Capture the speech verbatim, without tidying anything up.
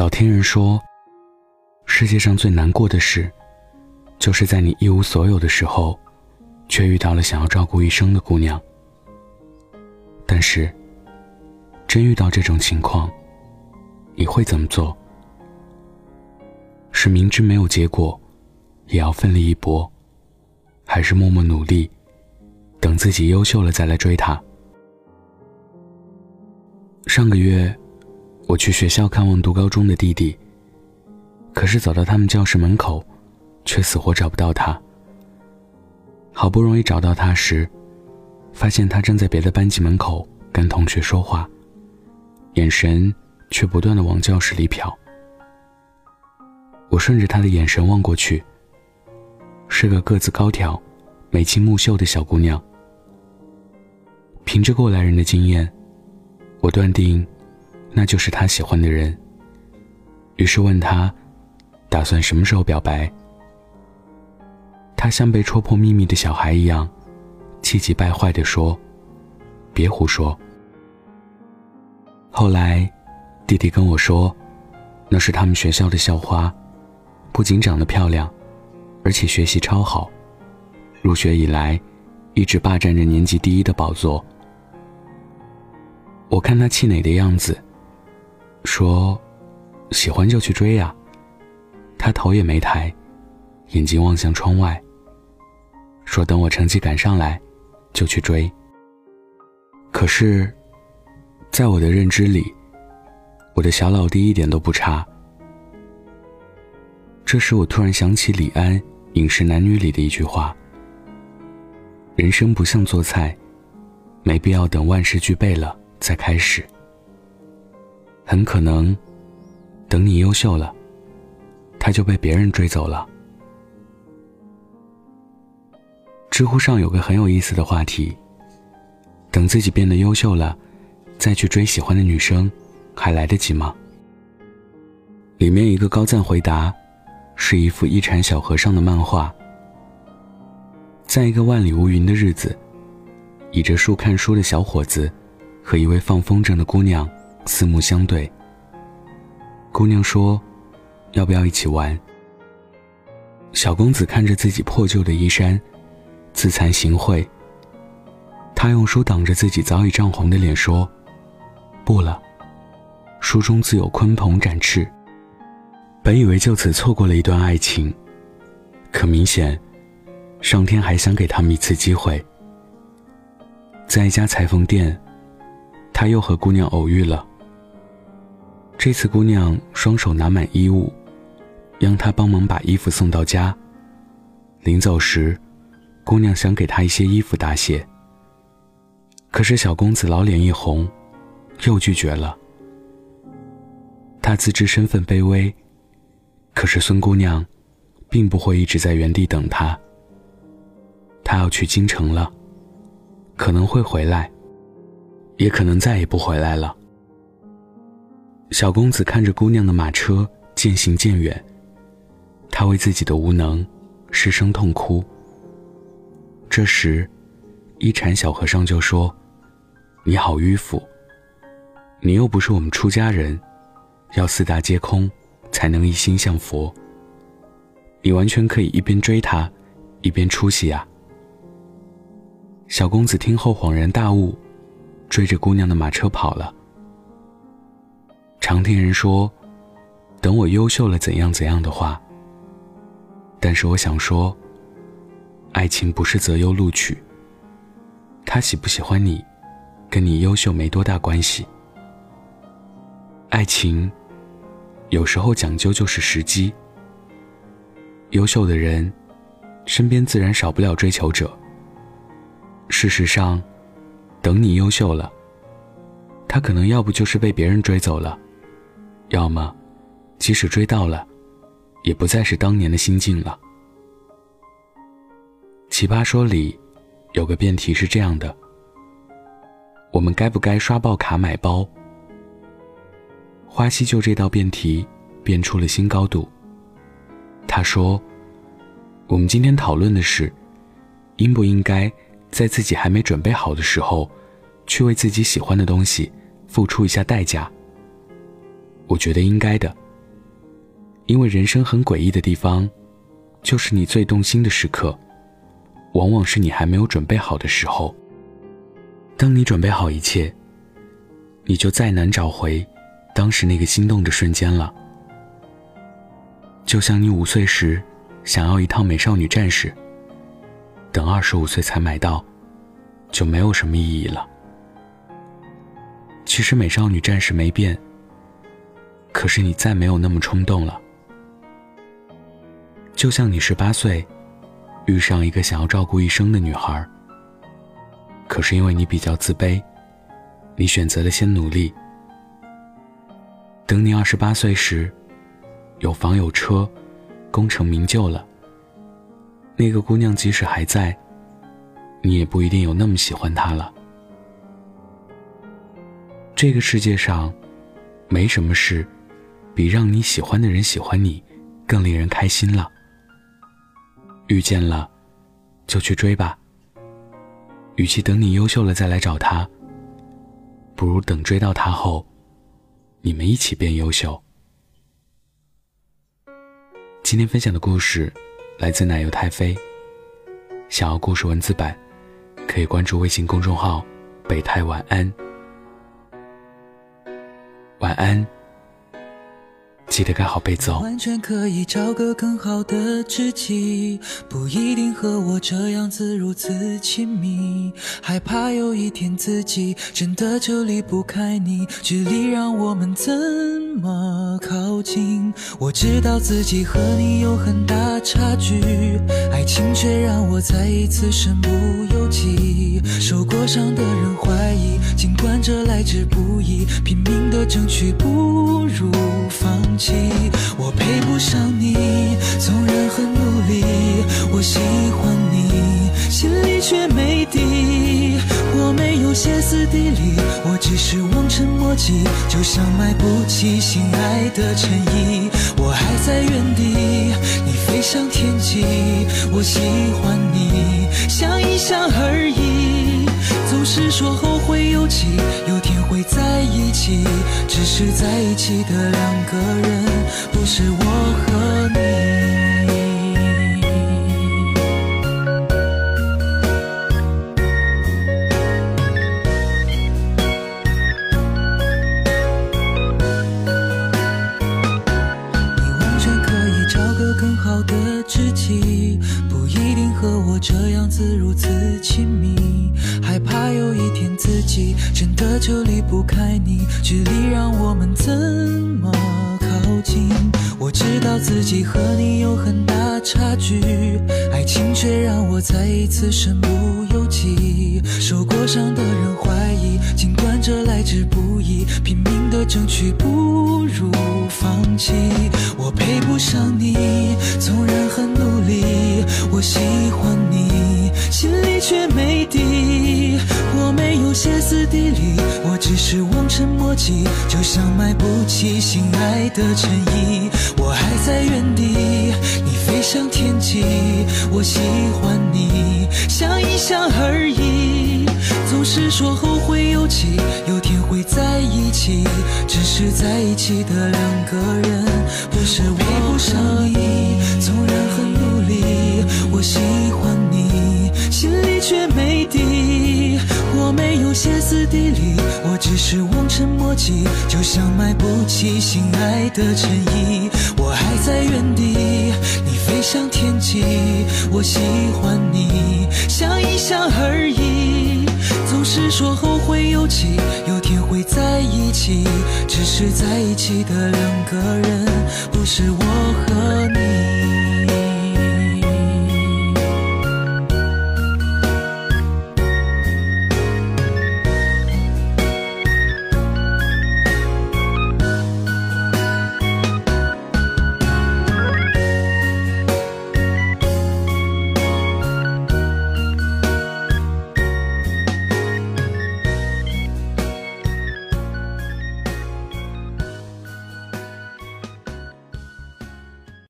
早听人说，世界上最难过的事，就是在你一无所有的时候，却遇到了想要照顾一生的姑娘。但是，真遇到这种情况，你会怎么做？是明知没有结果，也要奋力一搏，还是默默努力，等自己优秀了再来追她？上个月，我去学校看望读高中的弟弟，可是走到他们教室门口，却死活找不到他。好不容易找到他时，发现他正在别的班级门口跟同学说话，眼神却不断地往教室里瞟。我顺着他的眼神望过去，是个个子高挑、眉清目秀的小姑娘。凭着过来人的经验，我断定那就是他喜欢的人，于是问他打算什么时候表白。他像被戳破秘密的小孩一样，气急败坏地说：别胡说。后来弟弟跟我说，那是他们学校的校花，不仅长得漂亮，而且学习超好，入学以来一直霸占着年级第一的宝座。我看他气馁的样子，说喜欢就去追呀。他头也没抬，眼睛望向窗外，说等我成绩赶上来就去追。可是在我的认知里，我的小老弟一点都不差。这时我突然想起李安《饮食男女》里的一句话：人生不像做菜，没必要等万事俱备了再开始。很可能等你优秀了，他就被别人追走了。知乎上有个很有意思的话题：等自己变得优秀了，再去追喜欢的女生，还来得及吗？里面一个高赞回答是一幅一禅小和尚的漫画。在一个万里无云的日子，倚着树看书的小伙子和一位放风筝的姑娘四目相对。姑娘说：要不要一起玩？小公子看着自己破旧的衣衫，自惭形秽。他用书挡着自己早已涨红的脸说：不了，书中自有鲲鹏展翅。本以为就此错过了一段爱情，可明显上天还想给他们一次机会。在一家裁缝店，他又和姑娘偶遇了。这次姑娘双手拿满衣物，让他帮忙把衣服送到家。临走时，姑娘想给他一些衣服答谢，可是小公子老脸一红，又拒绝了。他自知身份卑微，可是孙姑娘并不会一直在原地等他。她要去京城了，可能会回来，也可能再也不回来了。小公子看着姑娘的马车渐行渐远，他为自己的无能失声痛哭。这时一禅小和尚就说：你好迂腐，你又不是我们出家人，要四大皆空才能一心向佛，你完全可以一边追他一边出息啊。小公子听后恍然大悟，追着姑娘的马车跑了。常听人说等我优秀了怎样怎样的话，但是我想说，爱情不是择优录取，他喜不喜欢你跟你优秀没多大关系。爱情有时候讲究就是时机，优秀的人身边自然少不了追求者。事实上，等你优秀了，他可能要不就是被别人追走了，要么即使追到了，也不再是当年的心境了。奇葩说里有个辩题是这样的：我们该不该刷爆卡买包？花溪就这道辩题辩出了新高度。他说，我们今天讨论的是，应不应该在自己还没准备好的时候，去为自己喜欢的东西付出一下代价。我觉得应该的。 因为人生很诡异的地方，就是你最动心的时刻，往往是你还没有准备好的时候。当你准备好一切，你就再难找回当时那个心动的瞬间了。就像你五岁时想要一套美少女战士，等二十五岁才买到，就没有什么意义了。其实美少女战士没变，可是你再没有那么冲动了。就像你十八岁遇上一个想要照顾一生的女孩，可是因为你比较自卑，你选择了先努力。等你二十八岁时，有房有车，功成名就了，那个姑娘即使还在，你也不一定有那么喜欢她了。这个世界上没什么事比让你喜欢的人喜欢你更令人开心了。遇见了就去追吧，与其等你优秀了再来找他，不如等追到他后，你们一起变优秀。今天分享的故事来自奶油太妃，想要故事文字版可以关注微信公众号北太晚安。晚安，记得盖好被子哦。 完全可以找个更好的知己，不一定和我这样子如此亲密，害怕有一天自己真的就离不开你，距离让我们怎么靠近？我知道自己和你有很大差距，爱情却让我再一次身不由己，受过伤的人怀疑，尽管这来之不易，拼命的争取不如放弃。我配不上你，纵然很努力，我喜欢你，心里却没底。我没有歇斯底里，我只是望尘莫及，就像买不起心爱的衬衣。我还在原地，你飞上天际，我喜欢你，想一想而已。总是说后会有期，有天会在一起，只是在一起的两个人，不是我和你。你完全可以找个更好的知己，不一定和我这样子如此亲密，害怕有一天自己真的就离不开你，距离让我们怎么靠近？我知道自己和你有很大差距，爱情却让我再一次身不由己，受过伤的人怀疑，尽管这来之不易，拼命的争取不如放弃。我配不上你，纵然很努力，我喜欢你，心里却没底。我没有歇斯底里，我只是望尘莫及，就像买不起心爱的衬衣。我还在原地，你飞上天际，我喜欢你，想一想而已。总是说后会有期，有天会在一起，只是在一起的两个人，不是我配不上你，纵然很努力，我喜欢你，心里却没底。我没有歇斯底里，我只是望尘莫及，就像买不起心爱的衬衣。我还在原地，你飞上天际，我喜欢你，想一想而已。总是说后会有期，有天会在一起，只是在一起的两个人，不是我和你。